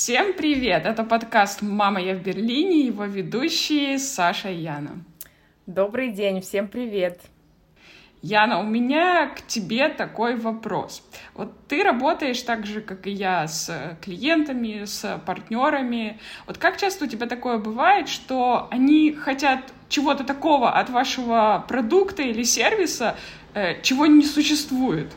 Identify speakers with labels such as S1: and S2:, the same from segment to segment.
S1: Всем привет! Это подкаст «Мама, я в Берлине», его ведущие Саша и Яна.
S2: Добрый день, всем привет!
S1: Яна, у меня к тебе такой вопрос. Вот ты работаешь так же, как и я, с клиентами, с партнерами. Вот как часто у тебя такое бывает, что они хотят чего-то такого от вашего продукта или сервиса, чего не существует?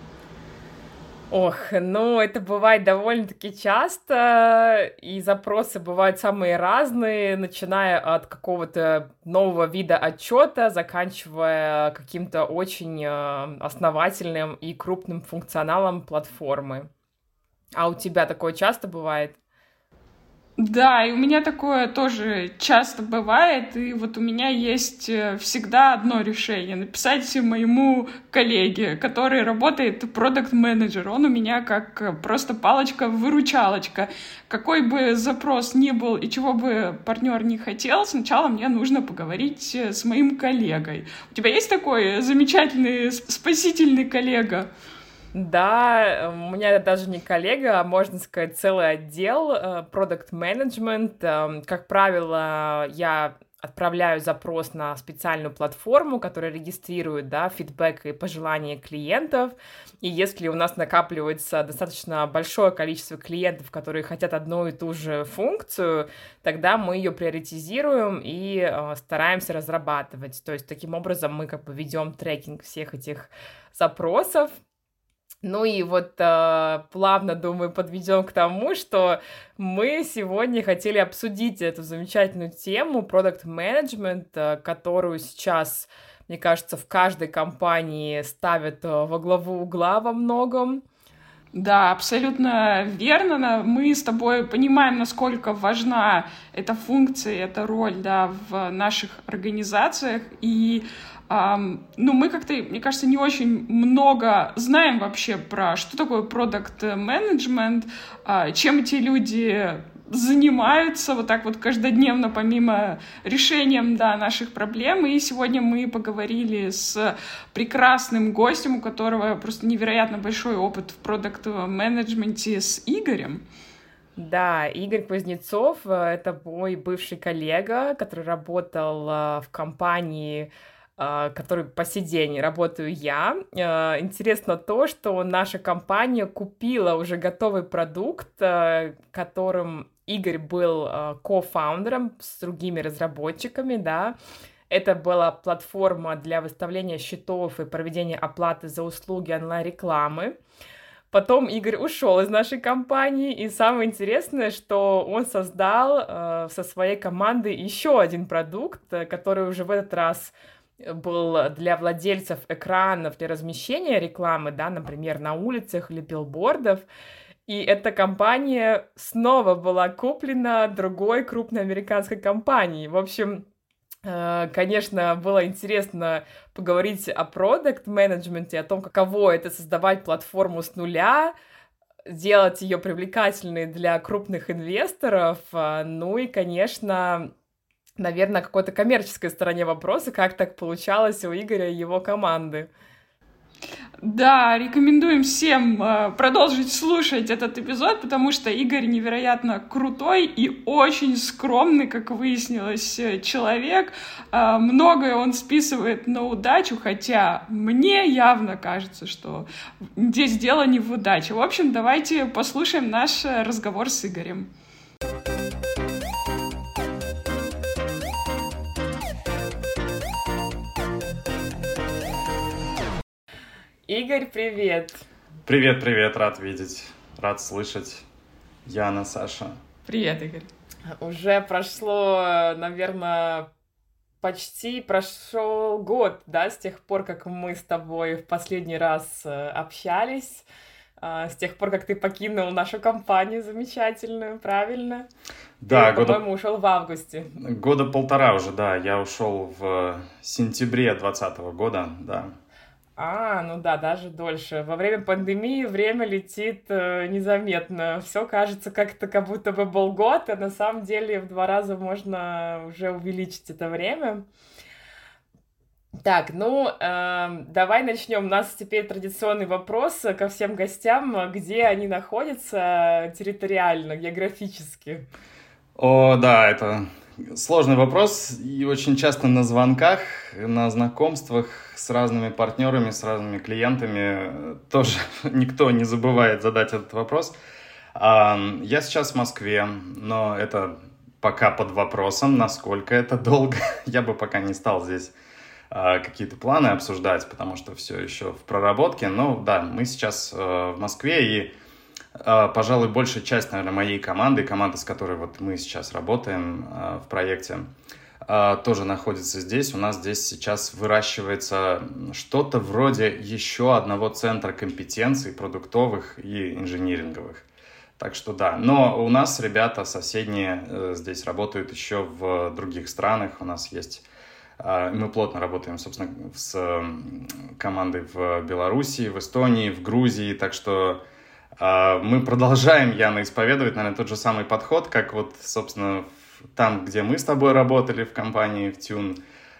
S2: Это бывает довольно-таки часто, и запросы бывают самые разные, начиная от какого-то нового вида отчета, заканчивая каким-то очень основательным и крупным функционалом платформы. А у тебя такое часто бывает?
S1: Да, и у меня такое тоже часто бывает, и вот у меня есть всегда одно решение — написать моему коллеге, который работает продакт-менеджер. Он у меня как просто палочка-выручалочка. Какой бы запрос ни был и чего бы партнер не хотел, сначала мне нужно поговорить с моим коллегой. У тебя есть такой замечательный, спасительный коллега?
S2: Да, у меня даже не коллега, а можно сказать целый отдел, Product Management. Как правило, я отправляю запрос на специальную платформу, которая регистрирует, да, фидбэк и пожелания клиентов. И если у нас накапливается достаточно большое количество клиентов, которые хотят одну и ту же функцию, тогда мы ее приоритизируем и стараемся разрабатывать. То есть таким образом мы ведем трекинг всех этих запросов. Плавно, думаю, подведем к тому, что мы сегодня хотели обсудить эту замечательную тему продакт менеджмент, которую сейчас, мне кажется, в каждой компании ставят во главу угла во многом.
S1: Да, абсолютно верно. Мы с тобой понимаем, насколько важна эта функция, эта роль, да, в наших организациях. И мы как-то, мне кажется, не очень много знаем вообще про что такое продакт-менеджмент, чем эти люди занимаются вот так вот каждодневно, помимо решением, да, наших проблем. И сегодня мы поговорили с прекрасным гостем, у которого просто невероятно большой опыт в продакт-менеджменте, с Игорем.
S2: Да, Игорь Кузнецов — это мой бывший коллега, который работал в компании, который по сей день работаю я. Интересно то, что наша компания купила уже готовый продукт, которым Игорь был кофаундером с другими разработчиками, да. Это была платформа для выставления счетов и проведения оплаты за услуги онлайн-рекламы. Потом Игорь ушел из нашей компании, и самое интересное, что он создал со своей командой еще один продукт, который уже в этот раз был для владельцев экранов для размещения рекламы, да, например, на улицах или билбордов. И эта компания снова была куплена другой крупной американской компанией. В общем, конечно, было интересно поговорить о продакт-менеджменте, о том, каково это создавать платформу с нуля, делать ее привлекательной для крупных инвесторов, конечно, наверное, какой-то коммерческой стороне вопроса, как так получалось у Игоря и его команды.
S1: Да, рекомендуем всем продолжить слушать этот эпизод, потому что Игорь невероятно крутой и очень скромный, как выяснилось, человек. Многое он списывает на удачу, хотя мне явно кажется, что здесь дело не в удаче. В общем, давайте послушаем наш разговор с Игорем.
S2: Игорь, привет!
S3: Привет, рад видеть, рад слышать. Яна, Саша.
S1: Привет, Игорь.
S2: Уже прошло, наверное, почти прошел год, да, с тех пор, как мы с тобой в последний раз общались, с тех пор, как ты покинул нашу компанию замечательную, правильно?
S3: Да,
S2: ты, по-моему, ушел в августе.
S3: Года полтора уже, да, я ушел в сентябре 2020 года, да.
S2: Даже дольше. Во время пандемии время летит незаметно. Все кажется как будто бы был год, а на самом деле в 2 раза можно уже увеличить это время. Так, ну, давай начнем. У нас теперь традиционный вопрос ко всем гостям, где они находятся территориально, географически.
S3: О, да, это сложный вопрос, и очень часто на звонках, на знакомствах с разными партнерами, с разными клиентами тоже никто не забывает задать этот вопрос. Я сейчас в Москве, но это пока под вопросом, насколько это долго. Я бы пока не стал здесь какие-то планы обсуждать, потому что все еще в проработке. Но да, мы сейчас в Москве, и, пожалуй, большая часть, наверное, моей команды, с которой вот мы сейчас работаем в проекте, тоже находится здесь. У нас здесь сейчас выращивается что-то вроде еще одного центра компетенций продуктовых и инжиниринговых. Так что да, но у нас ребята соседние здесь работают еще в других странах. У нас есть... Мы плотно работаем, собственно, с командой в Белоруссии, в Эстонии, в Грузии. Так что мы продолжаем, Яна, исповедовать, наверное, тот же самый подход, как вот, собственно, там, где мы с тобой работали в компании, в Tune,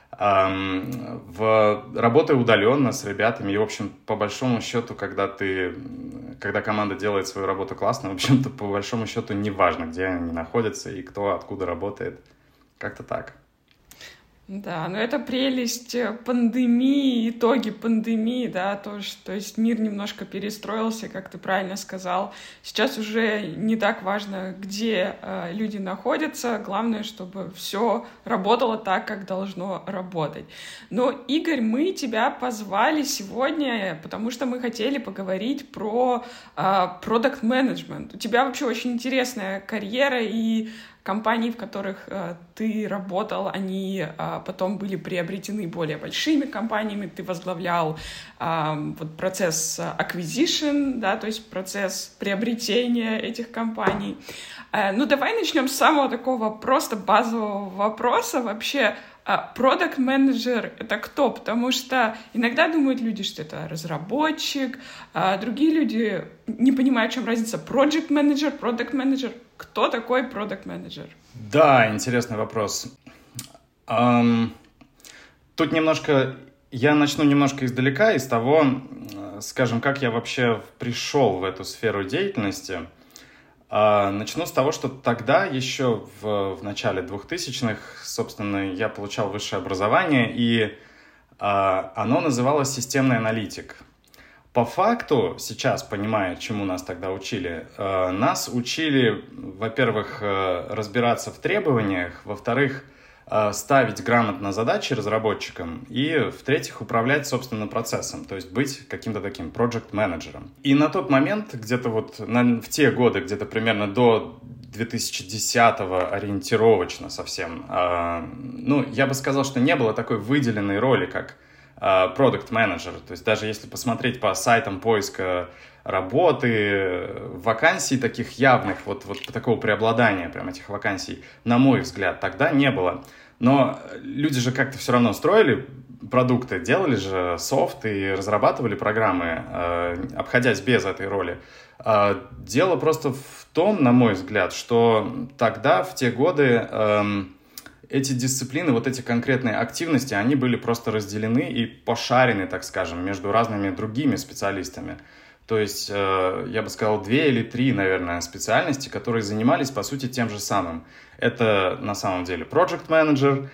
S3: работая удаленно с ребятами. И, в общем, по большому счету, когда команда делает свою работу классно, в общем-то, по большому счету, неважно, где они находятся и кто откуда работает. Как-то так.
S1: Да, но это прелесть пандемии, итоги пандемии, да, тоже, то есть мир немножко перестроился, как ты правильно сказал. Сейчас уже не так важно, где люди находятся, главное, чтобы все работало так, как должно работать. Но, Игорь, мы тебя позвали сегодня, потому что мы хотели поговорить про product management. У тебя вообще очень интересная карьера, и компании, в которых ты работал, они потом были приобретены более большими компаниями. Ты возглавлял вот процесс acquisition, да, то есть процесс приобретения этих компаний. Ну, давай начнем с самого такого просто базового вопроса. Вообще, product manager — это кто? Потому что иногда думают люди, что это разработчик, а другие люди не понимают, в чем разница. Project manager, product manager. Кто такой product manager?
S3: Да, интересный вопрос. Тут я начну немножко издалека, из того, скажем, как я вообще пришел в эту сферу деятельности. Начну с того, что тогда, еще в начале 2000-х, собственно, я получал высшее образование, и оно называлось «Системный аналитик». По факту, сейчас, понимая, чему нас тогда учили, нас учили, во-первых, разбираться в требованиях, во-вторых, ставить грамотно задачи разработчикам и, в-третьих, управлять, собственно, процессом, то есть быть каким-то таким проект-менеджером. И на тот момент, где-то вот в те годы, где-то примерно до 2010-го ориентировочно совсем, я бы сказал, что не было такой выделенной роли, как продакт-менеджер. То есть даже если посмотреть по сайтам поиска работы, вакансий таких явных, вот такого преобладания прям этих вакансий, на мой взгляд, тогда не было. Но люди же как-то все равно строили продукты, делали же софт и разрабатывали программы, обходясь без этой роли. Дело просто в том, на мой взгляд, что тогда, в те годы, эти дисциплины, вот эти конкретные активности, они были просто разделены и пошарены, так скажем, между разными другими специалистами. То есть, я бы сказал, 2 или 3, наверное, специальности, которые занимались, по сути, тем же самым. Это, на самом деле, project manager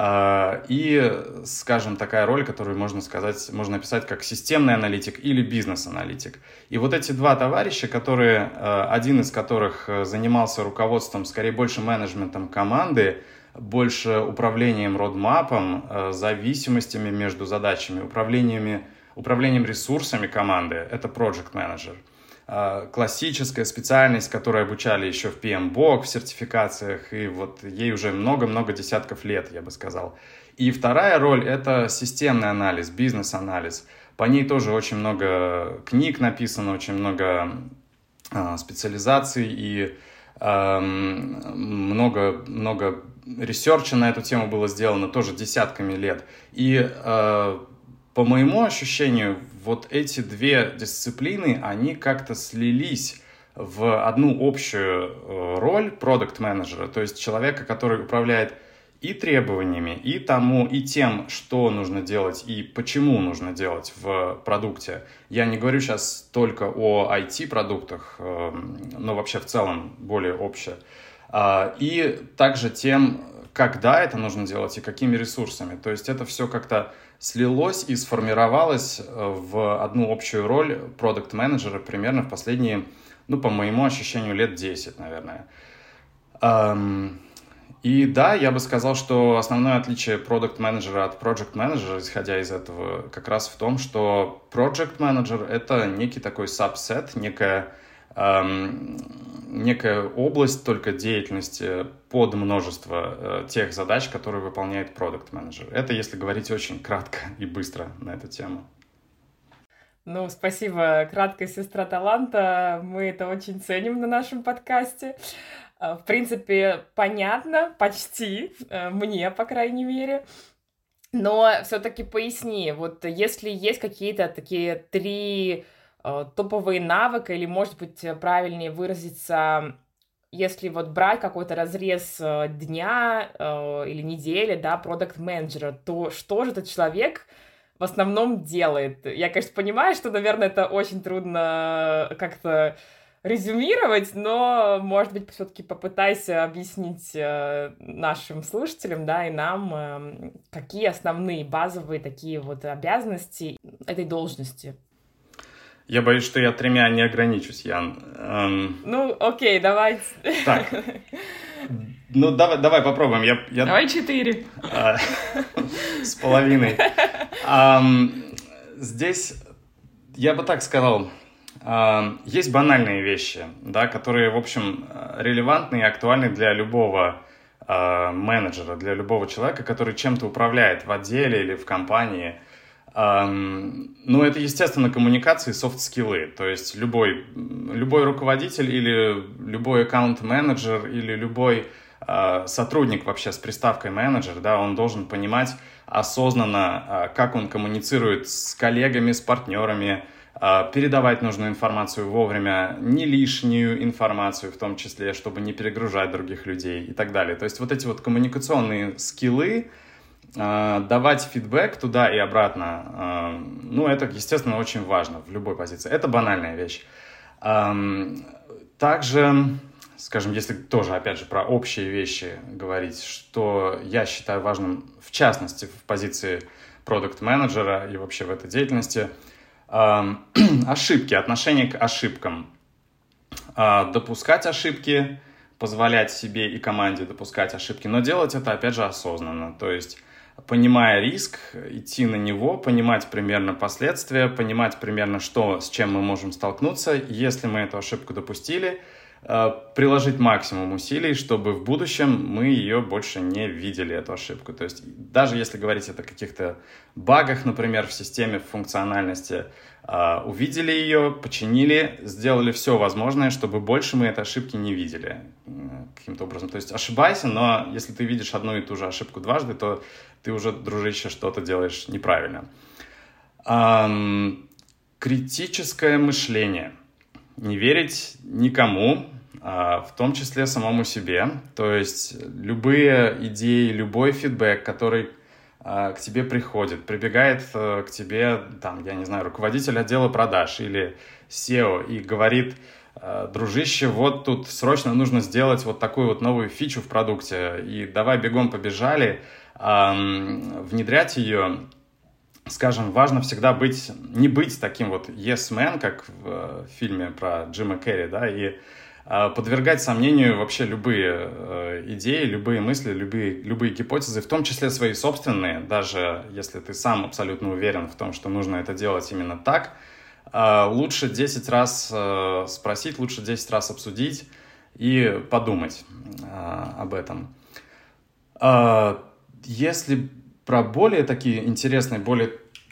S3: и, скажем, такая роль, которую можно описать как системный аналитик или бизнес-аналитик. И вот эти два товарища, один из которых занимался руководством, скорее, больше менеджментом команды, больше управлением родмапом, зависимостями между задачами, управлением ресурсами команды. Это project manager. Классическая специальность, которую обучали еще в PMBOK, в сертификациях, и вот ей уже много-много десятков лет, я бы сказал. И вторая роль — это системный анализ, бизнес-анализ. По ней тоже очень много книг написано, очень много специализаций и много ресерча на эту тему было сделано тоже десятками лет. И по моему ощущению, вот эти две дисциплины, они как-то слились в одну общую роль продакт-менеджера, то есть человека, который управляет и требованиями, и тому, и тем, что нужно делать, и почему нужно делать в продукте. Я не говорю сейчас только о IT-продуктах, но вообще в целом более общее. И также тем, когда это нужно делать и какими ресурсами. То есть это все как-то слилось и сформировалось в одну общую роль продакт-менеджера примерно в последние, по моему ощущению, лет 10, наверное. И да, я бы сказал, что основное отличие продакт-менеджера от проект-менеджера, исходя из этого, как раз в том, что проект-менеджер — это некий такой сабсет, некая область только деятельности под множество тех задач, которые выполняет продакт-менеджер. Это если говорить очень кратко и быстро на эту тему.
S2: Спасибо, краткая сестра таланта. Мы это очень ценим на нашем подкасте. В принципе, понятно, почти, мне, по крайней мере. Но все-таки поясни, вот если есть какие-то такие 3 топовые навыка, или, может быть, правильнее выразиться, если вот брать какой-то разрез дня или недели, да, продакт-менеджера, то что же этот человек в основном делает? Я, конечно, понимаю, что, наверное, это очень трудно как-то резюмировать, но, может быть, все-таки попытайся объяснить нашим слушателям, да, и нам, какие основные базовые такие вот обязанности этой должности.
S3: Я боюсь, что я 3 не ограничусь, Ян.
S2: Окей, давай.
S3: Так, давай попробуем.
S1: Давай 4.
S3: С половиной. Здесь, я бы так сказал, есть банальные вещи, да, которые, в общем, релевантны и актуальны для любого менеджера, для любого человека, который чем-то управляет в отделе или в компании. Это, естественно, коммуникации, софт-скиллы. То есть любой руководитель или любой аккаунт-менеджер или любой сотрудник вообще с приставкой менеджер, да, он должен понимать осознанно, как он коммуницирует с коллегами, с партнерами, передавать нужную информацию вовремя, не лишнюю информацию в том числе, чтобы не перегружать других людей и так далее. То есть вот эти вот коммуникационные скиллы, давать фидбэк туда и обратно, это, естественно, очень важно в любой позиции. Это банальная вещь. Также, скажем, если тоже, опять же, про общие вещи говорить, что я считаю важным, в частности, в позиции продакт-менеджера и вообще в этой деятельности, ошибки, отношение к ошибкам. Допускать ошибки, позволять себе и команде допускать ошибки, но делать это, опять же, осознанно. То есть, понимая риск, идти на него, понимать примерно последствия, понимать примерно, с чем мы можем столкнуться. Если мы эту ошибку допустили, приложить максимум усилий, чтобы в будущем мы ее больше не видели, эту ошибку. То есть даже если говорить о каких-то багах, например, в системе, в функциональности, увидели ее, починили, сделали все возможное, чтобы больше мы этой ошибки не видели каким-то образом. То есть ошибайся, но если ты видишь одну и ту же ошибку дважды, то ты уже, дружище, что-то делаешь неправильно. Критическое мышление. Не верить никому, в том числе самому себе. То есть любые идеи, любой фидбэк, который к тебе приходит, прибегает к тебе, я не знаю, руководитель отдела продаж или SEO и говорит: дружище, вот тут срочно нужно сделать вот такую вот новую фичу в продукте, и давай бегом побежали, внедрять ее. Скажем, важно всегда не быть таким вот yes man, как в фильме про Джима Керри, да, и подвергать сомнению вообще любые идеи, любые мысли, любые гипотезы, в том числе свои собственные, даже если ты сам абсолютно уверен в том, что нужно это делать именно так. Лучше 10 раз спросить, лучше 10 раз обсудить и подумать об этом. Если про более такие интересные, более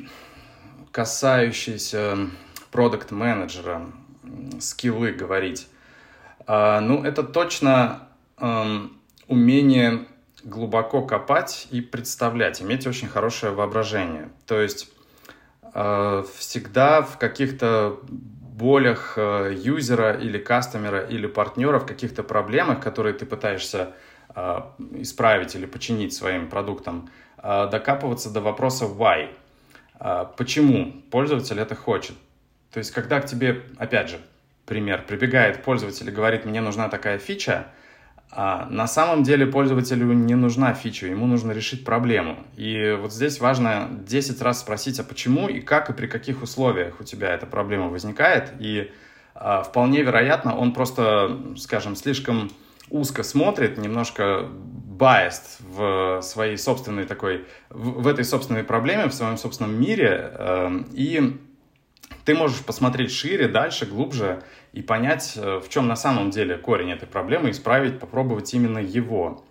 S3: касающиеся продакт-менеджера скиллы говорить, это точно умение глубоко копать и представлять, иметь очень хорошее воображение. То есть всегда в каких-то болях юзера или кастомера или партнера, в каких-то проблемах, которые ты пытаешься исправить или починить своим продуктом, докапываться до вопроса why. Почему пользователь это хочет? То есть, когда к тебе, опять же, пример, прибегает пользователь и говорит, мне нужна такая фича, на самом деле пользователю не нужна фича, ему нужно решить проблему. И вот здесь важно 10 раз спросить, а почему и как и при каких условиях у тебя эта проблема возникает. И вполне вероятно, он просто, скажем, слишком узко смотрит, немножко biased в своей собственной такой, в этой собственной проблеме, в своем собственном мире, и ты можешь посмотреть шире, дальше, глубже и понять, в чем на самом деле корень этой проблемы, исправить, попробовать именно его.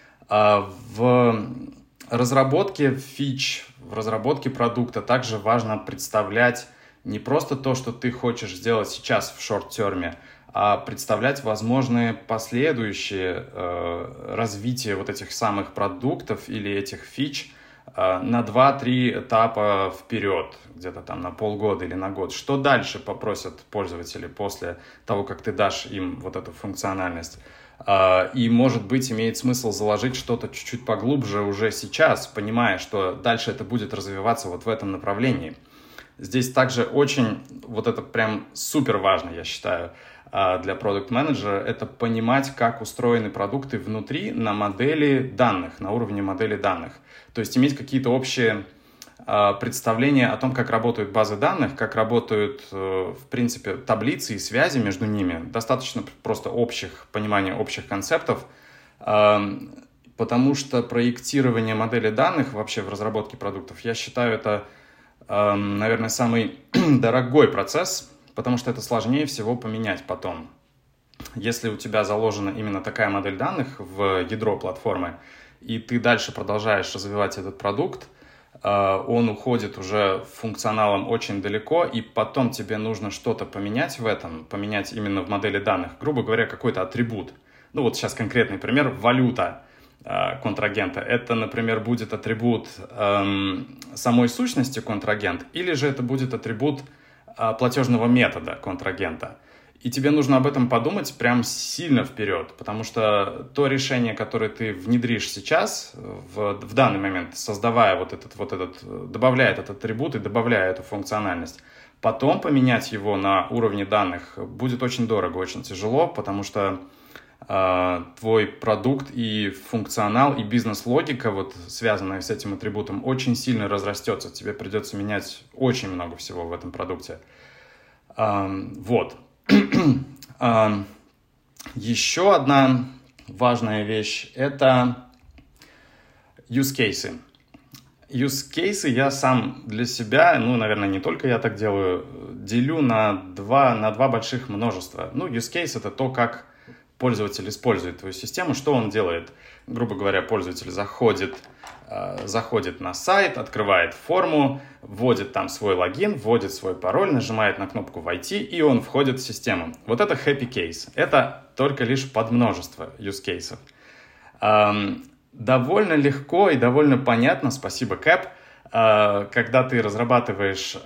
S3: В разработке фич, в разработке продукта также важно представлять не просто то, что ты хочешь сделать сейчас в шорт-терме, а представлять возможные последующие развития вот этих самых продуктов или этих фич на 2-3 этапа вперед, где-то там на полгода или на год. Что дальше попросят пользователи после того, как ты дашь им вот эту функциональность? И, может быть, имеет смысл заложить что-то чуть-чуть поглубже уже сейчас, понимая, что дальше это будет развиваться вот в этом направлении. Здесь также очень, вот это прям супер важно, я считаю, для продукт-менеджера, это понимать, как устроены продукты внутри на модели данных, на уровне модели данных. То есть иметь какие-то общие представления о том, как работают базы данных, как работают, в принципе, таблицы и связи между ними. Достаточно просто понимания общих концептов, потому что проектирование модели данных вообще в разработке продуктов, я считаю, это, наверное, самый дорогой процесс, потому что это сложнее всего поменять потом. Если у тебя заложена именно такая модель данных в ядро платформы, и ты дальше продолжаешь развивать этот продукт, он уходит уже функционалом очень далеко, и потом тебе нужно что-то поменять в этом, поменять именно в модели данных, грубо говоря, какой-то атрибут. Ну вот сейчас конкретный пример, валюта контрагента. Это, например, будет атрибут самой сущности контрагент, или же это будет атрибут платежного метода контрагента. И тебе нужно об этом подумать прям сильно вперед, потому что то решение, которое ты внедришь сейчас, в данный момент, создавая добавляя этот атрибут и добавляя эту функциональность, потом поменять его на уровне данных будет очень дорого, очень тяжело, потому что твой продукт и функционал, и бизнес-логика, вот, связанная с этим атрибутом, очень сильно разрастется. Тебе придется менять очень много всего в этом продукте. Вот. Еще одна важная вещь – это use cases. Use cases я сам для себя, наверное, не только я так делаю, делю на два больших множества. Use case – это то, как пользователь использует твою систему, что он делает. Грубо говоря, пользователь заходит на сайт, открывает форму, вводит там свой логин, вводит свой пароль, нажимает на кнопку «Войти», и он входит в систему. Вот это happy case. Это только лишь подмножество use cases. Довольно легко и довольно понятно, спасибо, Кэп, когда ты разрабатываешь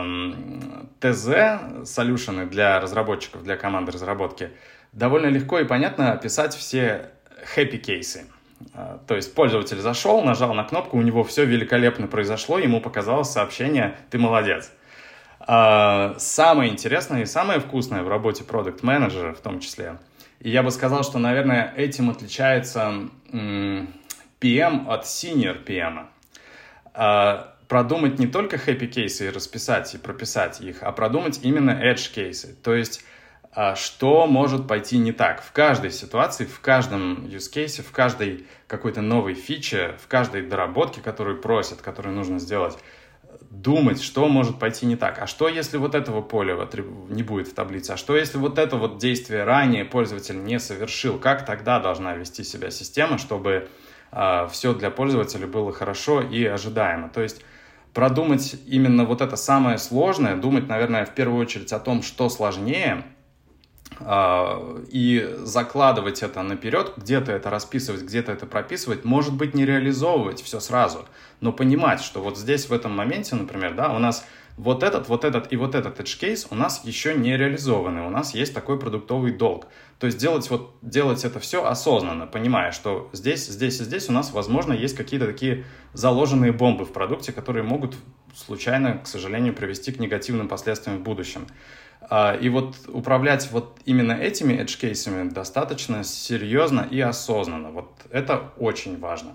S3: ТЗ, солюшены для разработчиков, для команды разработки, довольно легко и понятно описать все happy-кейсы. То есть пользователь зашел, нажал на кнопку, у него все великолепно произошло, ему показалось сообщение «ты молодец». Самое интересное и самое вкусное в работе продакт-менеджера в том числе, и я бы сказал, что, наверное, этим отличается PM от senior PM. Продумать не только happy-кейсы и расписать, и прописать их, а продумать именно edge-кейсы, то есть что может пойти не так в каждой ситуации, в каждом use case, в каждой какой-то новой фиче, в каждой доработке, которую просят, которую нужно сделать, думать, что может пойти не так. А что, если вот этого поля не будет в таблице? А что, если вот это вот действие ранее пользователь не совершил? Как тогда должна вести себя система, чтобы все для пользователя было хорошо и ожидаемо? То есть продумать именно вот это самое сложное, думать, наверное, в первую очередь о том, что сложнее, и закладывать это наперед, где-то это расписывать, где-то это прописывать, может быть, не реализовывать все сразу, но понимать, что вот здесь, в этом моменте, например, да, у нас вот этот и вот этот edge case у нас еще не реализованы, у нас есть такой продуктовый долг. То есть делать это все осознанно, понимая, что здесь и здесь у нас, возможно, есть какие-то такие заложенные бомбы в продукте, которые могут случайно, к сожалению, привести к негативным последствиям в будущем. И вот управлять вот именно этими edge-кейсами достаточно серьезно и осознанно. Вот это очень важно.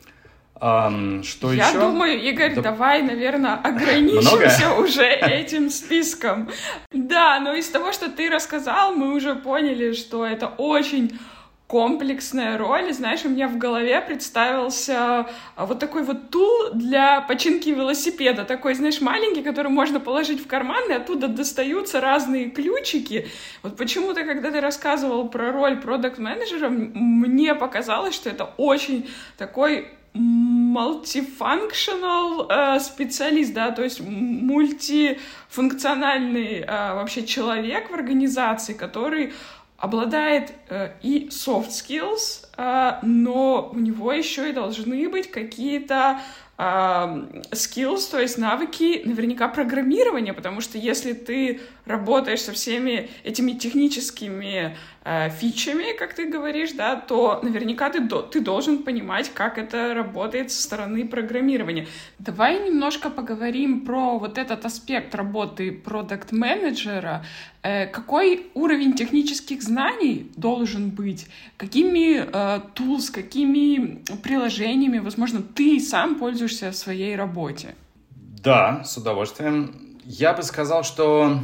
S3: Что
S1: Я
S3: еще?
S1: думаю, Игорь, давай, наверное, ограничимся уже этим списком. Да, но из того, что ты рассказал, мы уже поняли, что это очень комплексная роль. Знаешь, у меня в голове представился вот такой вот тул для починки велосипеда. Такой, знаешь, маленький, который можно положить в карман, и оттуда достаются разные ключики. Вот почему-то, когда ты рассказывал про роль продакт-менеджера, мне показалось, что это очень такой multifunctional специалист, да, то есть мультифункциональный вообще человек в организации, который обладает и soft skills, но у него еще и должны быть какие-то skills, то есть навыки наверняка программирования, потому что если ты работаешь со всеми этими техническими фичами, как ты говоришь, да, то наверняка ты должен понимать, как это работает со стороны программирования. Давай немножко поговорим про вот этот аспект работы продакт-менеджера. Какой уровень технических знаний должен быть? Какими tools, какими приложениями, возможно, ты сам пользуешься в своей работе?
S3: Да, с удовольствием. Я бы сказал, что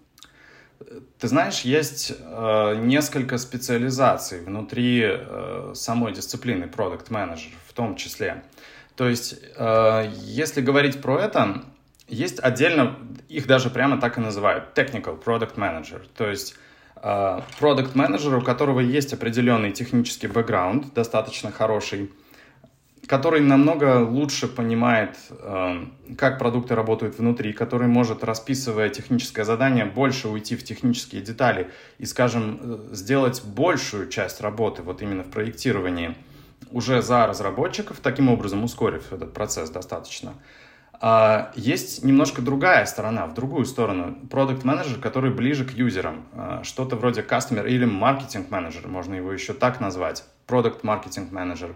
S3: ты знаешь, есть несколько специализаций внутри самой дисциплины Product Manager в том числе. То есть, если говорить про это, есть отдельно, их даже прямо так и называют, Technical Product Manager. То есть, Product Manager, у которого есть определенный технический бэкграунд, достаточно хороший, который намного лучше понимает, как продукты работают внутри, который может, расписывая техническое задание, больше уйти в технические детали и, скажем, сделать большую часть работы, вот именно в проектировании, уже за разработчиков, таким образом ускорив этот процесс достаточно. Есть немножко другая сторона, в другую сторону. Продакт-менеджер, который ближе к юзерам. Что-то вроде customer или маркетинг-менеджер, можно его еще так назвать. Продакт-маркетинг-менеджер.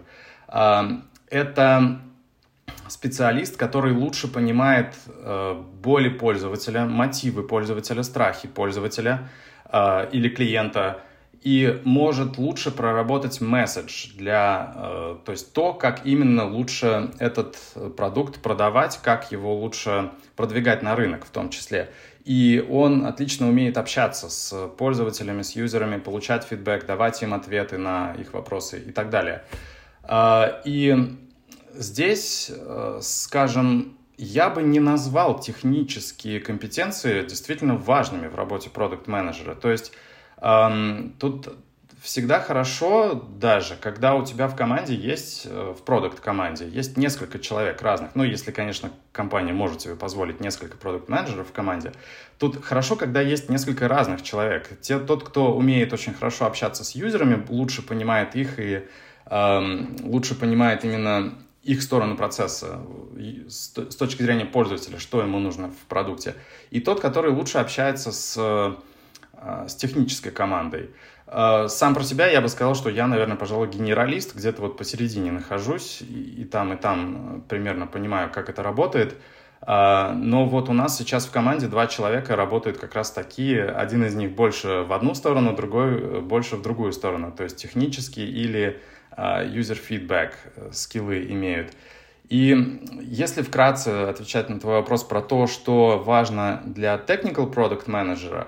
S3: Это специалист, который лучше понимает боли пользователя, мотивы пользователя, страхи пользователя или клиента и может лучше проработать месседж то есть то, как именно лучше этот продукт продавать, как его лучше продвигать на рынок в том числе. И он отлично умеет общаться с пользователями, с юзерами, получать фидбэк, давать им ответы на их вопросы и так далее. И здесь, скажем, я бы не назвал технические компетенции действительно важными в работе продакт-менеджера. То есть тут всегда хорошо даже, когда у тебя в команде есть, в продакт-команде, есть несколько человек разных. Ну, если, конечно, компания может себе позволить несколько продакт-менеджеров в команде. Тут хорошо, когда есть несколько разных человек. Тот, кто умеет очень хорошо общаться с юзерами, лучше понимает их и лучше понимает именно их сторону процесса с точки зрения пользователя, что ему нужно в продукте. И тот, который лучше общается с технической командой. Сам про себя я бы сказал, что я, наверное, пожалуй, генералист, где-то вот посередине нахожусь, и там примерно понимаю, как это работает. Но вот у нас сейчас в команде 2 человека работают как раз такие. Один из них больше в одну сторону, другой больше в другую сторону. То есть технический или user feedback скиллы имеют. И если вкратце отвечать на твой вопрос про то, что важно для technical product менеджера,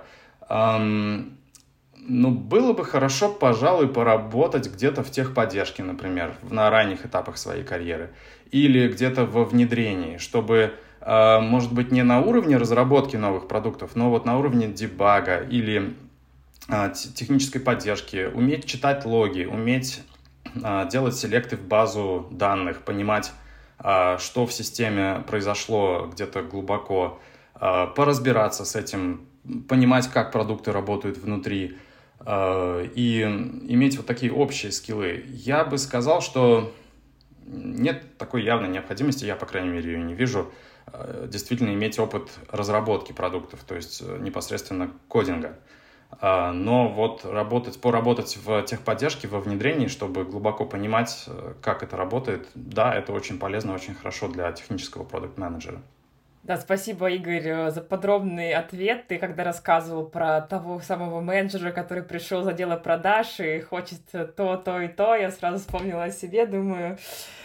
S3: было бы хорошо, пожалуй, поработать где-то в техподдержке, например, на ранних этапах своей карьеры, или где-то во внедрении, чтобы, может быть, не на уровне разработки новых продуктов, но вот на уровне дебага или технической поддержки, уметь читать логи, уметь делать селекты в базу данных, понимать, что в системе произошло где-то глубоко, поразбираться с этим, понимать, как продукты работают внутри. и иметь вот такие общие скиллы. Я бы сказал, что нет такой явной необходимости, я, по крайней мере, ее не вижу, действительно иметь опыт разработки продуктов, то есть непосредственно кодинга. Но вот поработать в техподдержке, во внедрении, чтобы глубоко понимать, как это работает, да, это очень полезно, очень хорошо для технического продакт-менеджера.
S2: Да, спасибо, Игорь, за подробный ответ. Ты когда рассказывал про того самого менеджера, который пришел за дело продаж и хочет то и то, я сразу вспомнила о себе, думаю,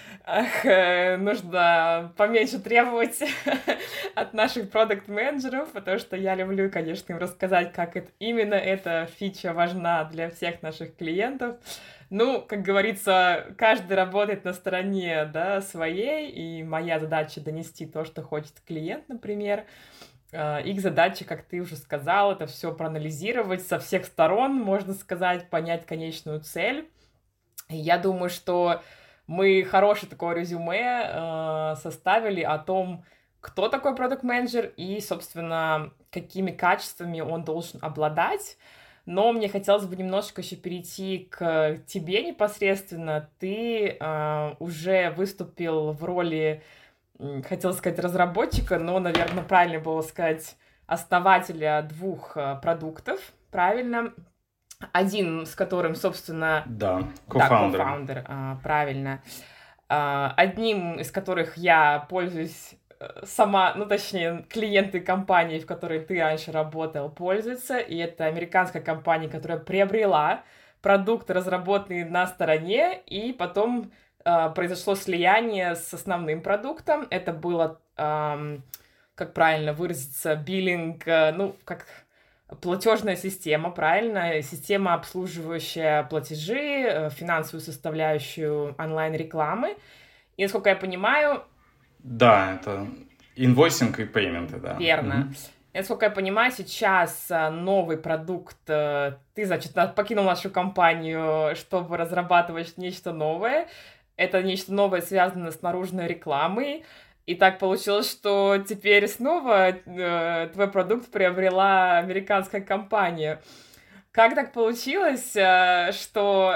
S2: нужно поменьше требовать от наших продакт-менеджеров, потому что я люблю, конечно, им рассказать, как именно эта фича важна для всех наших клиентов. Ну, как говорится, каждый работает на стороне, да, своей, и моя задача донести то, что хочет клиент, например. Их задача, как ты уже сказал, это все проанализировать со всех сторон, можно сказать, понять конечную цель. И я думаю, что мы хорошее такое резюме составили о том, кто такой продакт-менеджер и, собственно, какими качествами он должен обладать. Но мне хотелось бы немножко еще перейти к тебе непосредственно. Ты уже выступил в роли, хотела сказать, разработчика, но, наверное, правильно было сказать, основателя 2 продуктов, правильно? Один с которым, собственно...
S3: Да,
S2: co-founder. Да, co-founder, правильно. Одним из которых я пользуюсь сама, ну, точнее, клиенты компании, в которой ты раньше работал, пользуются, и это американская компания, которая приобрела продукт, разработанный на стороне, и потом произошло слияние с основным продуктом. Это было, как правильно выразиться, биллинг, ну, как платежная система, правильно, система, обслуживающая платежи, финансовую составляющую онлайн-рекламы. И, насколько я понимаю...
S3: Да, это инвойсинг и пейменты, да.
S2: Верно. И, насколько я понимаю, сейчас новый продукт, ты, значит, покинул нашу компанию, чтобы разрабатывать нечто новое. Это нечто новое связано с наружной рекламой. И так получилось, что теперь снова твой продукт приобрела американская компания. Как так получилось, что,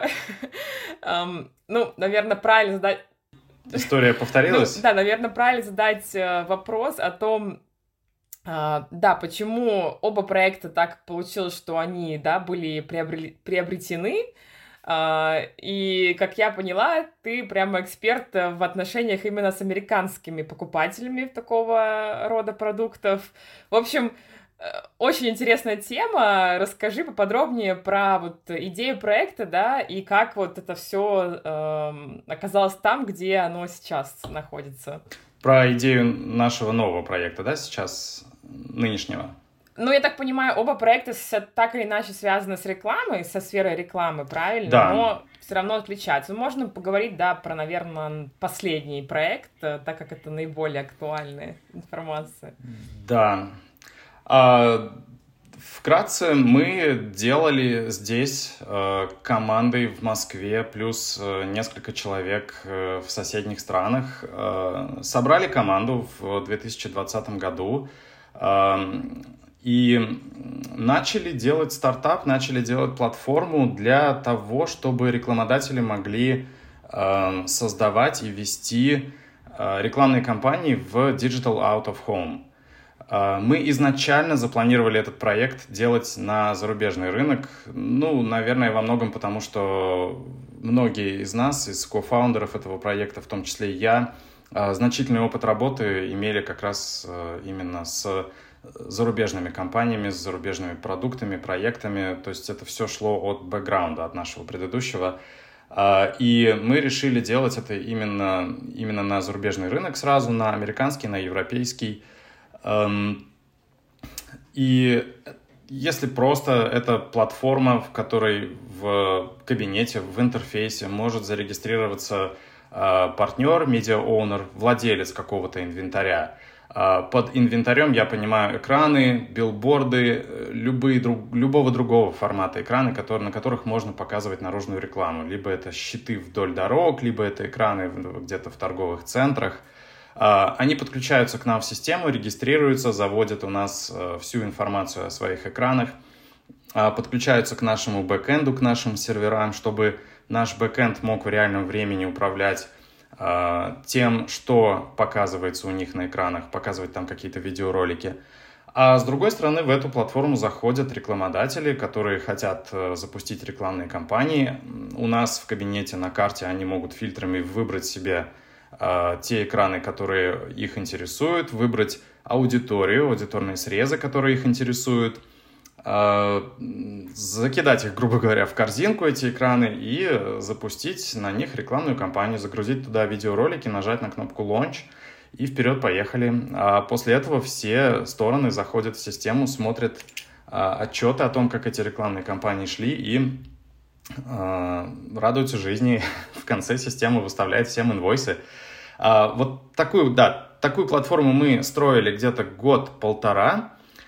S2: ну, наверное, правильно задать...
S3: История повторилась?
S2: Ну, да, наверное, правильно задать вопрос о том, да, почему оба проекта так получилось, что они, да, были приобретены. И, как я поняла, ты прямо эксперт в отношениях именно с американскими покупателями такого рода продуктов. В общем, очень интересная тема. Расскажи поподробнее про вот идею проекта, да, и как вот это все оказалось там, где оно сейчас находится.
S3: Про идею нашего нового проекта, да, сейчас, нынешнего?
S2: Ну, я так понимаю, оба проекта так или иначе связаны с рекламой, со сферой рекламы, правильно?
S3: Да.
S2: Но все равно отличаются. Можно поговорить, да, про, наверное, последний проект, так как это наиболее актуальная информация.
S3: Да. Вкратце, мы делали здесь командой в Москве плюс несколько человек в соседних странах. Собрали команду в 2020 году. И начали делать стартап, начали делать платформу для того, чтобы рекламодатели могли создавать и вести рекламные кампании в Digital Out of Home. Мы изначально запланировали этот проект делать на зарубежный рынок. Ну, наверное, во многом потому, что многие из нас, из кофаундеров этого проекта, в том числе и я, значительный опыт работы имели как раз именно с зарубежными компаниями, с зарубежными продуктами, проектами. То есть это все шло от бэкграунда, от нашего предыдущего. И мы решили делать это именно на зарубежный рынок сразу, на американский, на европейский. И если просто это платформа, в которой в кабинете, в интерфейсе может зарегистрироваться партнер, медиа-оунер, владелец какого-то инвентаря. Под инвентарем я понимаю экраны, билборды, любого другого формата экраны, на которых можно показывать наружную рекламу. Либо это щиты вдоль дорог, либо это экраны где-то в торговых центрах. Они подключаются к нам в систему, регистрируются, заводят у нас всю информацию о своих экранах. подключаются к нашему бэкэнду, к нашим серверам, чтобы наш бэкэнд мог в реальном времени управлять тем, что показывается у них на экранах, показывать там какие-то видеоролики. А с другой стороны, в эту платформу заходят рекламодатели, которые хотят запустить рекламные кампании. У нас в кабинете на карте они могут фильтрами выбрать себе те экраны, которые их интересуют, выбрать аудиторные срезы, которые их интересуют, закидать их, грубо говоря, в корзинку, эти экраны, и запустить на них рекламную кампанию, загрузить туда видеоролики, нажать на кнопку «Launch», и вперед поехали. А после этого все стороны заходят в систему, смотрят отчеты о том, как эти рекламные кампании шли, и радуются жизни. В конце система выставляет всем инвойсы. Вот такую платформу мы строили где-то год-полтора.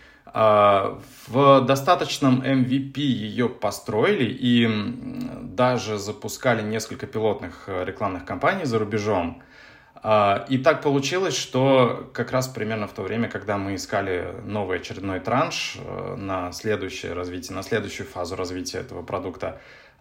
S3: В достаточном MVP ее построили и даже запускали несколько пилотных рекламных кампаний за рубежом. И так получилось, что как раз примерно в то время, когда мы искали новый очередной транш на следующее развитие, на следующую фазу развития этого продукта,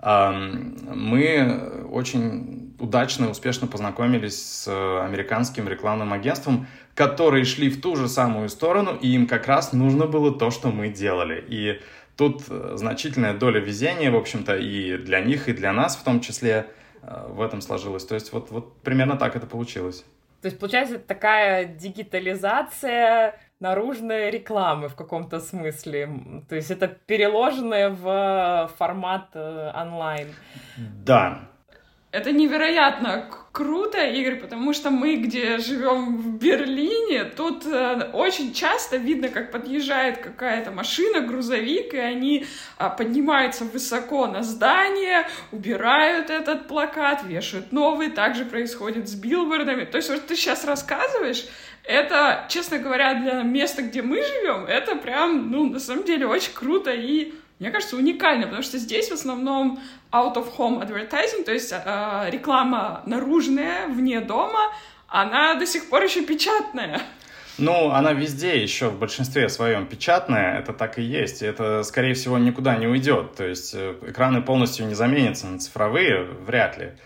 S3: мы очень удачно и успешно познакомились с американским рекламным агентством, которые шли в ту же самую сторону, и им как раз нужно было то, что мы делали. И тут значительная доля везения, в общем-то, и для них, и для нас в том числе в этом сложилось. То есть вот примерно так это получилось.
S2: То есть, получается, такая дигитализация наружной рекламы в каком-то смысле. То есть это переложенное в формат онлайн.
S3: Да.
S1: Это невероятно круто, Игорь, потому что мы, где живем в Берлине, тут очень часто видно, как подъезжает какая-то машина, грузовик, и они поднимаются высоко на здание, убирают этот плакат, вешают новый. Также происходит с билбордами. То есть вот ты сейчас рассказываешь, это, честно говоря, для места, где мы живем, это прям, на самом деле очень круто и, мне кажется, уникально, потому что здесь в основном out-of-home advertising, то есть реклама наружная, вне дома, она до сих пор еще печатная.
S3: Она везде еще в большинстве своем печатная, это так и есть, и это, скорее всего, никуда не уйдет, то есть экраны полностью не заменятся на цифровые, вряд ли.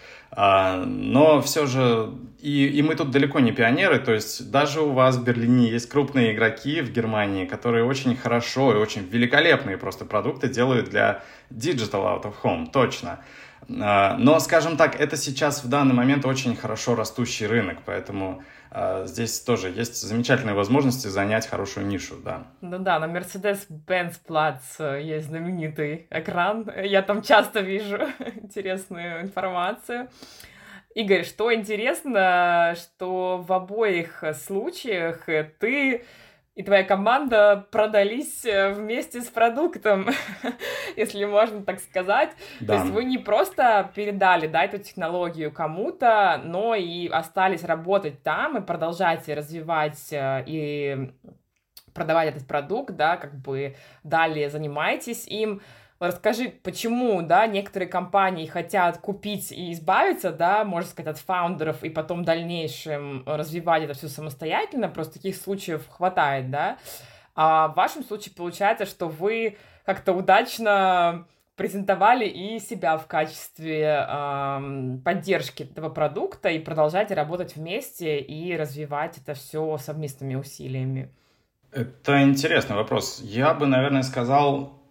S3: Но все же, и мы тут далеко не пионеры, то есть даже у вас в Берлине есть крупные игроки в Германии, которые очень хорошо и очень великолепные просто продукты делают для Digital Out of Home, точно. Но, скажем так, это сейчас в данный момент очень хорошо растущий рынок, поэтому здесь тоже есть замечательные возможности занять хорошую нишу, да.
S2: На Mercedes-Benz Platz есть знаменитый экран. Я там часто вижу интересную информацию. Игорь, что интересно, что в обоих случаях ты и твоя команда продались вместе с продуктом, если можно так сказать. Да. То есть вы не просто передали, эту технологию кому-то, но и остались работать там и продолжать развивать и продавать этот продукт, далее занимаетесь им. Расскажи, почему, некоторые компании хотят купить и избавиться, можно сказать, от фаундеров и потом в дальнейшем развивать это все самостоятельно, просто таких случаев хватает, А в вашем случае получается, что вы как-то удачно презентовали и себя в качестве поддержки этого продукта и продолжаете работать вместе и развивать это все совместными усилиями.
S3: Это интересный вопрос. Я бы, наверное, сказал...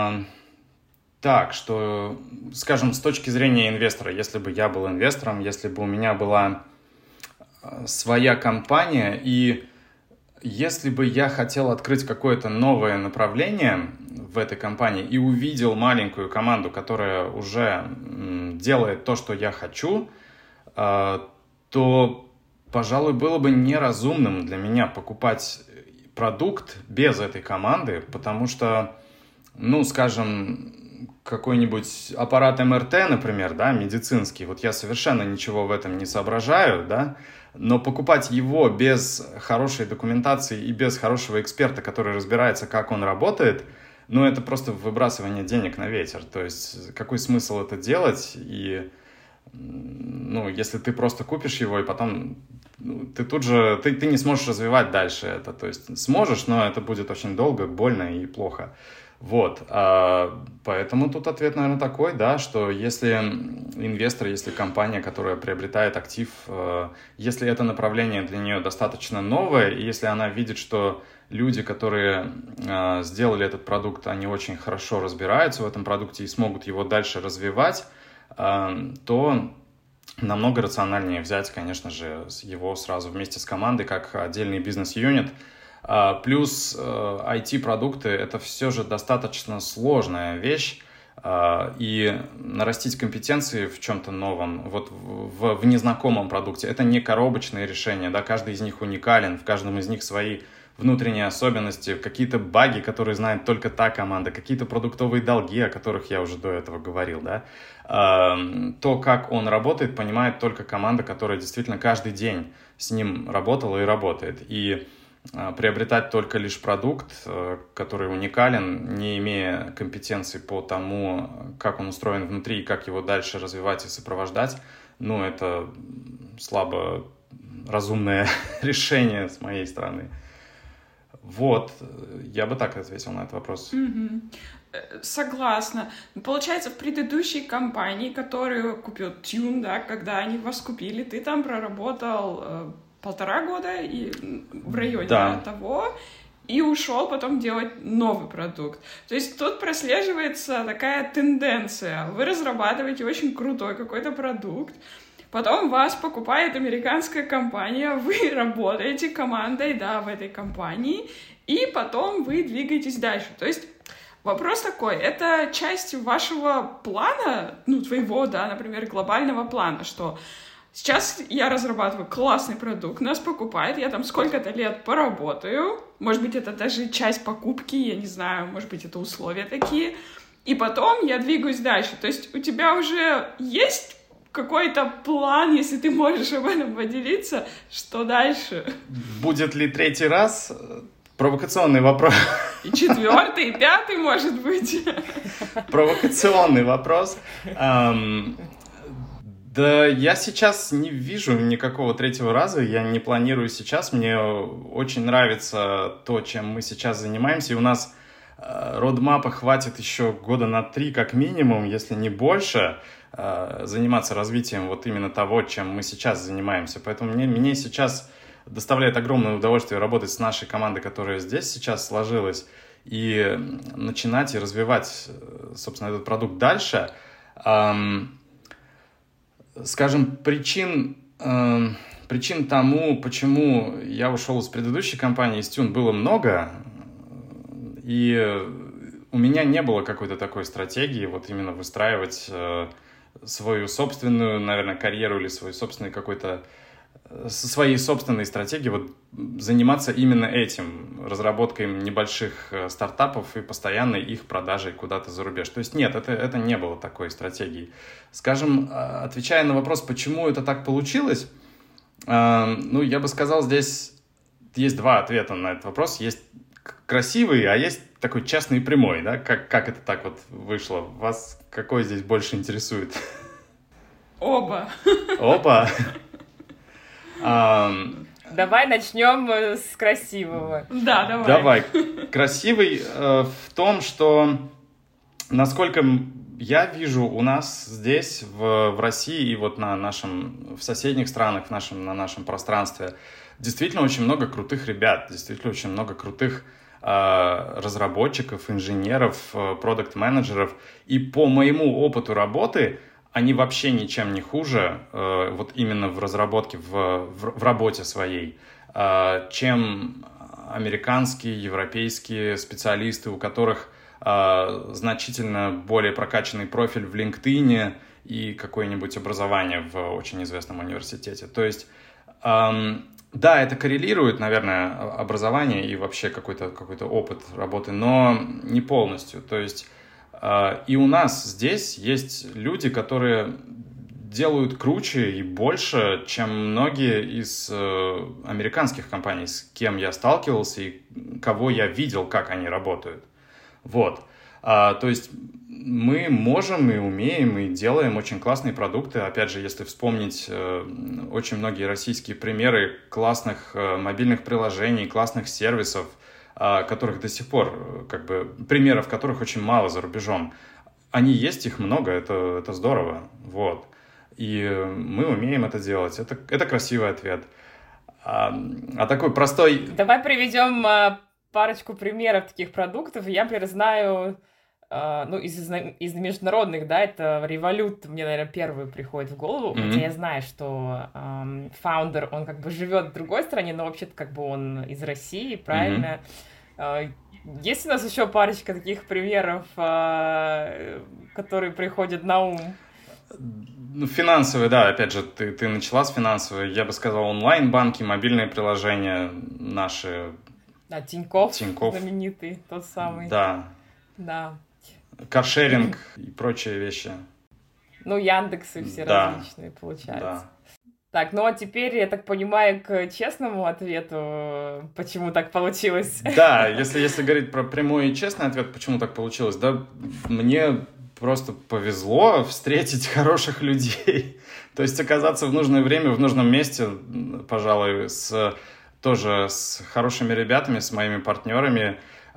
S3: Так, что, скажем, с точки зрения инвестора, если бы я был инвестором, если бы у меня была своя компания, и если бы я хотел открыть какое-то новое направление в этой компании и увидел маленькую команду, которая уже делает то, что я хочу, то, пожалуй, было бы неразумным для меня покупать продукт без этой команды, потому что, скажем... какой-нибудь аппарат МРТ, например, медицинский, вот я совершенно ничего в этом не соображаю, но покупать его без хорошей документации и без хорошего эксперта, который разбирается, как он работает, это просто выбрасывание денег на ветер, то есть какой смысл это делать, и если ты просто купишь его и потом ты тут же, ты не сможешь развивать дальше это. То есть сможешь, но это будет очень долго, больно и плохо. Вот. Поэтому тут ответ, наверное, такой, да, что если инвестор, если компания, которая приобретает актив, если это направление для нее достаточно новое, и если она видит, что люди, которые сделали этот продукт, они очень хорошо разбираются в этом продукте и смогут его дальше развивать, то намного рациональнее взять, конечно же, его сразу вместе с командой, как отдельный бизнес-юнит. Плюс IT-продукты — это все же достаточно сложная вещь, и нарастить компетенции в чем-то новом, вот в незнакомом продукте, это не коробочные решения, да, каждый из них уникален, в каждом из них свои внутренние особенности, какие-то баги, которые знает только та команда, какие-то продуктовые долги, о которых я уже до этого говорил, да. То, как он работает, понимает только команда, которая действительно каждый день с ним работала и работает. И приобретать только лишь продукт, который уникален, не имея компетенций по тому, как он устроен внутри и как его дальше развивать и сопровождать, это слабо разумное решение с моей стороны. Вот, я бы так ответил на этот вопрос.
S1: Согласна. Получается, в предыдущей компании, которую купил Tune, да, когда они вас купили, ты там проработал 1,5 года и в районе того, и ушел потом делать новый продукт. То есть тут прослеживается такая тенденция. Вы разрабатываете очень крутой какой-то продукт, потом вас покупает американская компания, вы работаете командой, да, в этой компании, и потом вы двигаетесь дальше. То есть вопрос такой, это часть вашего плана, твоего, да, например, глобального плана, что сейчас я разрабатываю классный продукт, нас покупает, я там сколько-то лет поработаю, может быть, это даже часть покупки, я не знаю, может быть, это условия такие, и потом я двигаюсь дальше. То есть у тебя уже есть какой-то план, если ты можешь об этом поделиться, что дальше?
S3: Будет ли 3-й раз? Провокационный вопрос.
S1: И 4-й, и 5-й, может быть.
S3: Провокационный вопрос. Да, я сейчас не вижу никакого 3-го раза, я не планирую сейчас. Мне очень нравится то, чем мы сейчас занимаемся, и у нас родмапа хватит еще года на 3 как минимум, если не больше, заниматься развитием вот именно того, чем мы сейчас занимаемся. Поэтому мне сейчас доставляет огромное удовольствие работать с нашей командой, которая здесь сейчас сложилась, и начинать и развивать, собственно, этот продукт дальше. Скажем, причин тому, почему я ушел из предыдущей компании, из Tune, было много, и у меня не было какой-то такой стратегии вот именно выстраивать свою собственную, наверное, карьеру или свой собственный какой-то со своей собственной стратегией вот заниматься именно этим, разработкой небольших стартапов и постоянной их продажей куда-то за рубеж. То есть нет, это не было такой стратегии. Скажем, отвечая на вопрос, почему это так получилось, я бы сказал, здесь есть 2 ответа на этот вопрос. Есть красивый, а есть такой честный и прямой, да? Как это так вот вышло? Вас какой здесь больше интересует?
S1: Оба.
S3: Оба?
S2: Давай начнем с красивого.
S1: Да, давай.
S3: Давай. Красивый в том, что, насколько я вижу, у нас здесь, в России и вот в соседних странах, на нашем пространстве, действительно очень много крутых ребят, действительно очень много крутых разработчиков, инженеров, продакт-менеджеров. И по моему опыту работы они вообще ничем не хуже, вот именно в разработке, в работе своей, чем американские, европейские специалисты, у которых значительно более прокачанный профиль в LinkedIn и какое-нибудь образование в очень известном университете. То есть, да, это коррелирует, наверное, образование и вообще какой-то опыт работы, но не полностью. То есть, и у нас здесь есть люди, которые делают круче и больше, чем многие из американских компаний, с кем я сталкивался и кого я видел, как они работают. Вот. То есть мы можем и умеем, и делаем очень классные продукты. Опять же, если вспомнить очень многие российские примеры классных мобильных приложений, классных сервисов, которых до сих пор, примеров которых очень мало за рубежом. Они есть, их много, это здорово, вот. И мы умеем это делать, это красивый ответ. А такой простой...
S2: Давай приведем парочку примеров таких продуктов. Я, например, знаю, из международных, да, это Revolut, мне, наверное, первый приходит в голову, хотя я знаю, что фаундер, он живет в другой стране, но вообще-то он из России, правильно? Есть у нас еще парочка таких примеров, которые приходят на ум?
S3: Финансовые, да, опять же, ты начала с финансовой, я бы сказал, онлайн-банки, мобильные приложения наши.
S2: Да, Тинькофф. Знаменитый, тот самый.
S3: Да. Каршеринг и прочие вещи.
S2: Яндексы все различные, получается. Да. Так, а теперь, я так понимаю, к честному ответу, почему так получилось.
S3: Да, если говорить про прямой и честный ответ, почему так получилось, да, мне просто повезло встретить хороших людей. То есть оказаться в нужное время, в нужном месте, пожалуй, тоже с хорошими ребятами, с моими партнерами,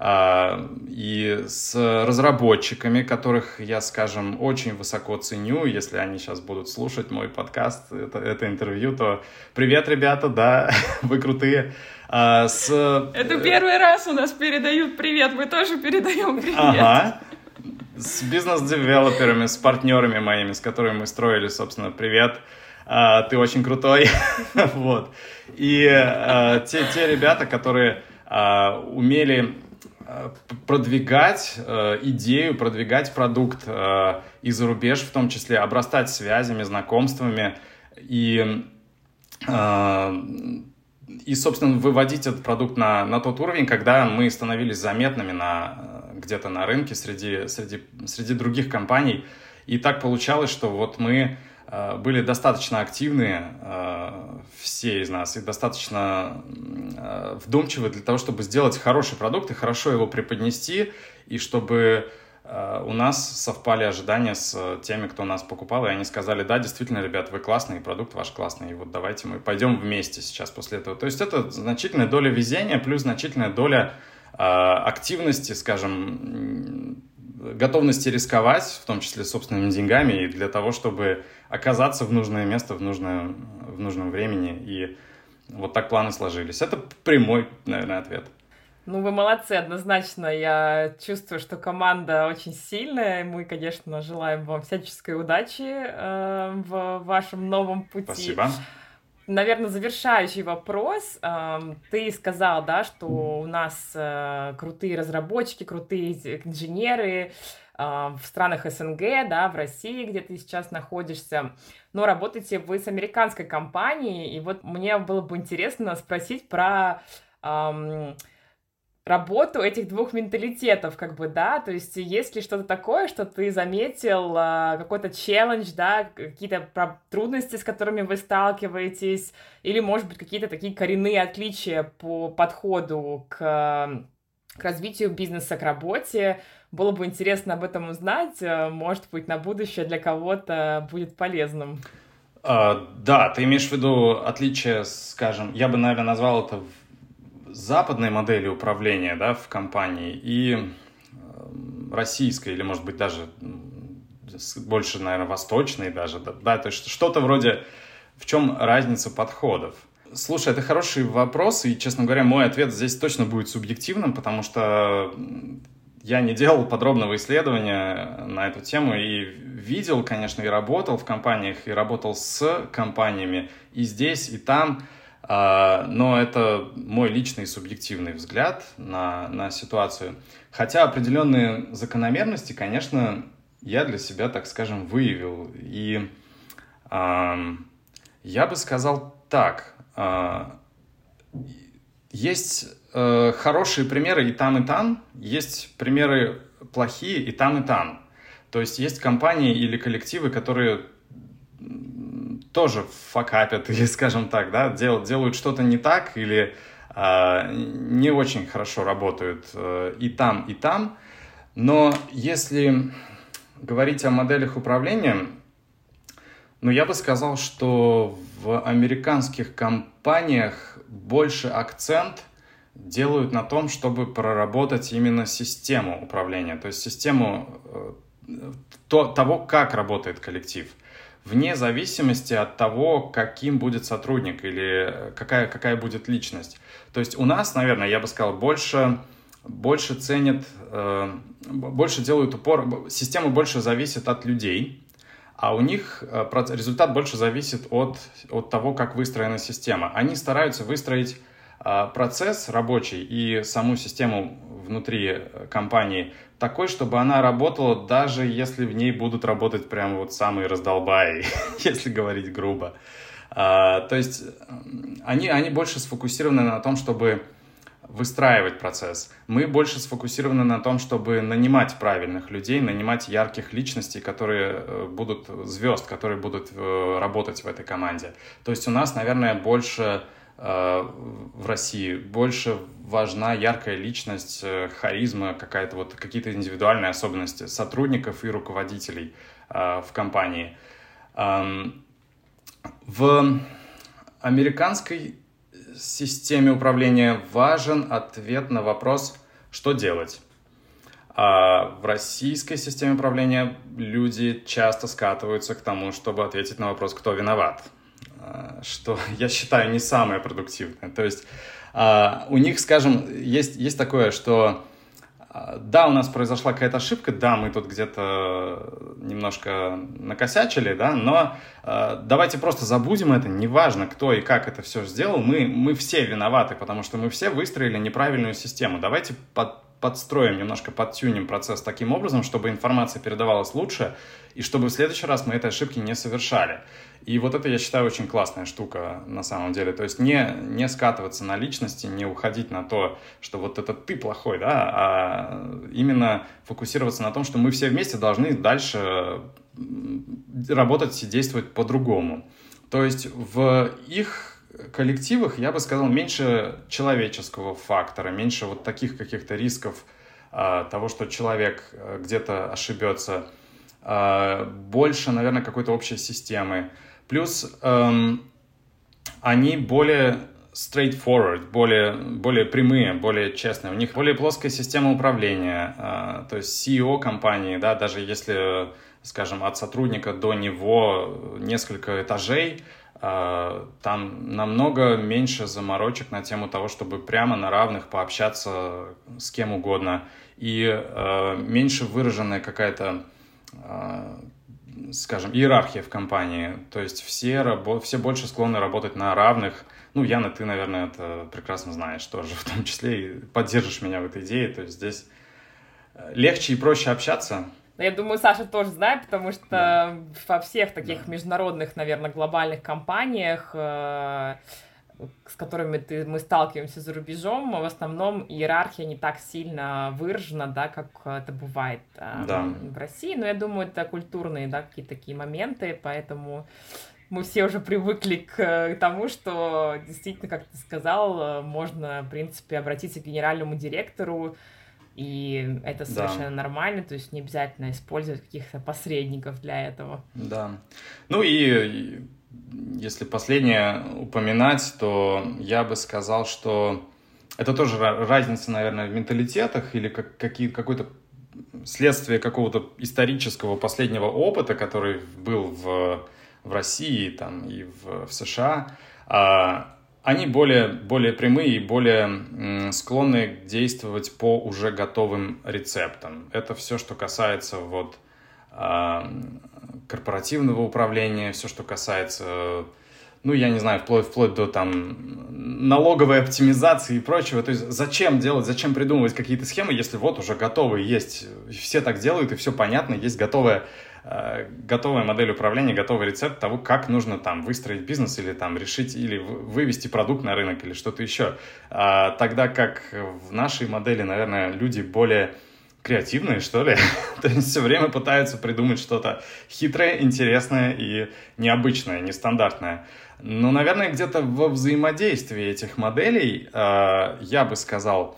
S3: и с разработчиками, которых я, скажем, очень высоко ценю. Если они сейчас будут слушать мой подкаст, это интервью, то привет, ребята, да, вы крутые.
S1: Это первый раз у нас передают привет, мы тоже передаем привет.
S3: Ага. С бизнес-девелоперами, с партнерами моими, с которыми мы строили, собственно, привет. Ты очень крутой. Вот. И те ребята, которые умели продвигать идею, продвигать продукт и за рубеж, в том числе обрастать связями, знакомствами и, собственно, выводить этот продукт на тот уровень, когда мы становились заметными где-то на рынке среди других компаний. И так получалось, что вот мы были достаточно активны, все из нас, и достаточно вдумчивы для того, чтобы сделать хороший продукт и хорошо его преподнести, и чтобы у нас совпали ожидания с теми, кто нас покупал, и они сказали: да, действительно, ребят, вы классные, продукт ваш классный, и вот давайте мы пойдем вместе сейчас после этого. То есть это значительная доля везения плюс значительная доля активности, скажем, готовности рисковать, в том числе собственными деньгами, и для того, чтобы оказаться в нужное место в нужном времени. И вот так планы сложились. Это прямой, наверное, ответ.
S2: Вы молодцы, однозначно. Я чувствую, что команда очень сильная. Мы, конечно, желаем вам всяческой удачи в вашем новом пути.
S3: Спасибо.
S2: Наверное, завершающий вопрос. Ты сказал, да, что у нас крутые разработчики, крутые инженеры в странах СНГ, да, в России, где ты сейчас находишься, но работаете вы с американской компанией, и вот мне было бы интересно спросить про работу этих двух менталитетов, да, то есть есть ли что-то такое, что ты заметил, какой-то челлендж, да, какие-то трудности, с которыми вы сталкиваетесь, или, может быть, какие-то такие коренные отличия по подходу к развитию бизнеса, к работе. Было бы интересно об этом узнать, может быть, на будущее для кого-то будет полезным.
S3: Да, ты имеешь в виду отличие, скажем, я бы, наверное, назвал это западной модели управления, да, в компании и российской, или, может быть, даже больше, наверное, восточной даже, да, то есть что-то вроде в чем разница подходов. Слушай, это хороший вопрос, и, честно говоря, мой ответ здесь точно будет субъективным, потому что я не делал подробного исследования на эту тему и видел, конечно, и работал в компаниях, и работал с компаниями и здесь, и там, но это мой личный субъективный взгляд на ситуацию. Хотя определенные закономерности, конечно, я для себя, так скажем, выявил. И я бы сказал так. Есть хорошие примеры и там, есть примеры плохие и там. То есть есть компании или коллективы, которые тоже факапят, или, скажем так, да, делают что-то не так, или не очень хорошо работают и там. Но если говорить о моделях управления, я бы сказал, что в американских компаниях больше акцент делают на том, чтобы проработать именно систему управления, то есть систему того, как работает коллектив, вне зависимости от того, каким будет сотрудник или какая будет личность. То есть у нас, наверное, я бы сказал, больше ценят, больше делают упор, система больше зависит от людей, а у них результат больше зависит от того, как выстроена система. Они стараются выстроить процесс рабочий и саму систему внутри компании такой, чтобы она работала, даже если в ней будут работать прям вот самые раздолбаи, если говорить грубо. То есть они больше сфокусированы на том, чтобы выстраивать процесс. Мы больше сфокусированы на том, чтобы нанимать правильных людей, нанимать ярких личностей, которые будут звезд, которые будут работать в этой команде. То есть у нас, наверное, больше в России больше важна яркая личность, харизма, какие-то индивидуальные особенности сотрудников и руководителей в компании. В американской системе управления важен ответ на вопрос, что делать. А в российской системе управления люди часто скатываются к тому, чтобы ответить на вопрос, кто виноват. Что, я считаю, не самое продуктивное. То есть у них, скажем, есть такое, что да, у нас произошла какая-то ошибка, да, мы тут где-то немножко накосячили, да, но давайте просто забудем это, неважно, кто и как это все сделал, мы все виноваты, потому что мы все выстроили неправильную систему. Давайте подстроим, немножко подтюним процесс таким образом, чтобы информация передавалась лучше, и чтобы в следующий раз мы этой ошибки не совершали. И вот это, я считаю, очень классная штука на самом деле. То есть не скатываться на личности, не уходить на то, что вот это ты плохой, да, а именно фокусироваться на том, что мы все вместе должны дальше работать и действовать по-другому. То есть в их коллективах, я бы сказал, меньше человеческого фактора, меньше вот таких каких-то рисков того, что человек где-то ошибется, больше, наверное, какой-то общей системы. Плюс они более straightforward, более прямые, более честные. У них более плоская система управления. То есть CEO компании, да, даже если, скажем, от сотрудника до него несколько этажей, там намного меньше заморочек на тему того, чтобы прямо на равных пообщаться с кем угодно. И меньше выраженная какая-то, скажем, иерархия в компании. То есть все больше склонны работать на равных. Яна, ты, наверное, это прекрасно знаешь тоже, в том числе и поддержишь меня в этой идее. То есть здесь легче и проще общаться.
S2: Я думаю, Саша тоже знает, потому что во всех таких международных, наверное, глобальных компаниях, с которыми мы сталкиваемся за рубежом, в основном иерархия не так сильно выражена, да, как это бывает в России. Но я думаю, это культурные, да, какие-то такие моменты, поэтому мы все уже привыкли к тому, что действительно, как ты сказал, можно, в принципе, обратиться к генеральному директору, и это совершенно нормально, то есть не обязательно использовать каких-то посредников для этого.
S3: Да. И если последнее упоминать, то я бы сказал, что это тоже разница, наверное, в менталитетах или какое-то следствие какого-то исторического последнего опыта, который был в России там, и в США. Они более прямые и более склонны действовать по уже готовым рецептам. Это все, что касается корпоративного управления, все, что касается, я не знаю, вплоть до там налоговой оптимизации и прочего. То есть зачем придумывать какие-то схемы, если вот уже готовые есть, все так делают и все понятно, есть готовая модель управления, готовый рецепт того, как нужно там выстроить бизнес или там решить, или вывести продукт на рынок или что-то еще. Тогда как в нашей модели, наверное, люди более креативные, что ли. То есть все время пытаются придумать что-то хитрое, интересное и необычное, нестандартное. Наверное, где-то во взаимодействии этих моделей, я бы сказал,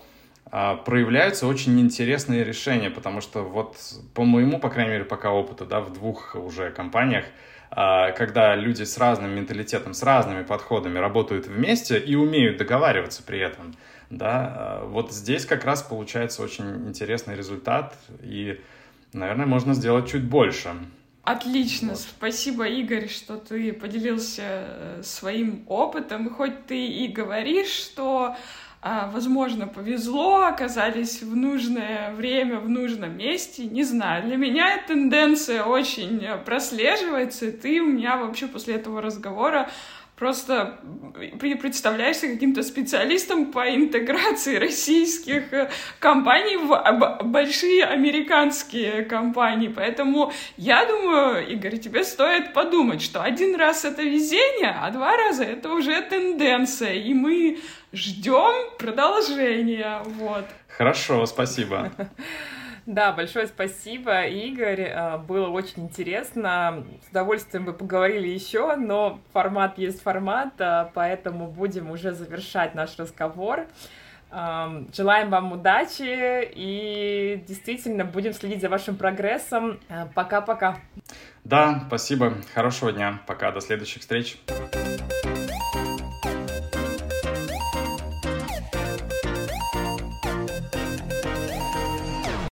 S3: проявляются очень интересные решения, потому что вот по моему, по крайней мере, пока опыту, да, в 2 уже компаниях, когда люди с разным менталитетом, с разными подходами работают вместе и умеют договариваться при этом, да, вот здесь как раз получается очень интересный результат, и, наверное, можно сделать чуть больше.
S1: Отлично, вот. Спасибо, Игорь, что ты поделился своим опытом. Хоть ты и говоришь, что, возможно, повезло, оказались в нужное время, в нужном месте, не знаю. Для меня тенденция очень прослеживается, и ты у меня вообще после этого разговора просто представляешься каким-то специалистом по интеграции российских компаний в большие американские компании. Поэтому я думаю, Игорь, тебе стоит подумать, что 1 раз это везение, а 2 раза это уже тенденция, и мы ждем продолжения. Вот.
S3: Хорошо, спасибо.
S2: Да, большое спасибо, Игорь. Было очень интересно. С удовольствием бы поговорили еще, но формат есть формат, поэтому будем уже завершать наш разговор. Желаем вам удачи и действительно будем следить за вашим прогрессом. Пока-пока.
S3: Да, спасибо. Хорошего дня. Пока. До следующих встреч.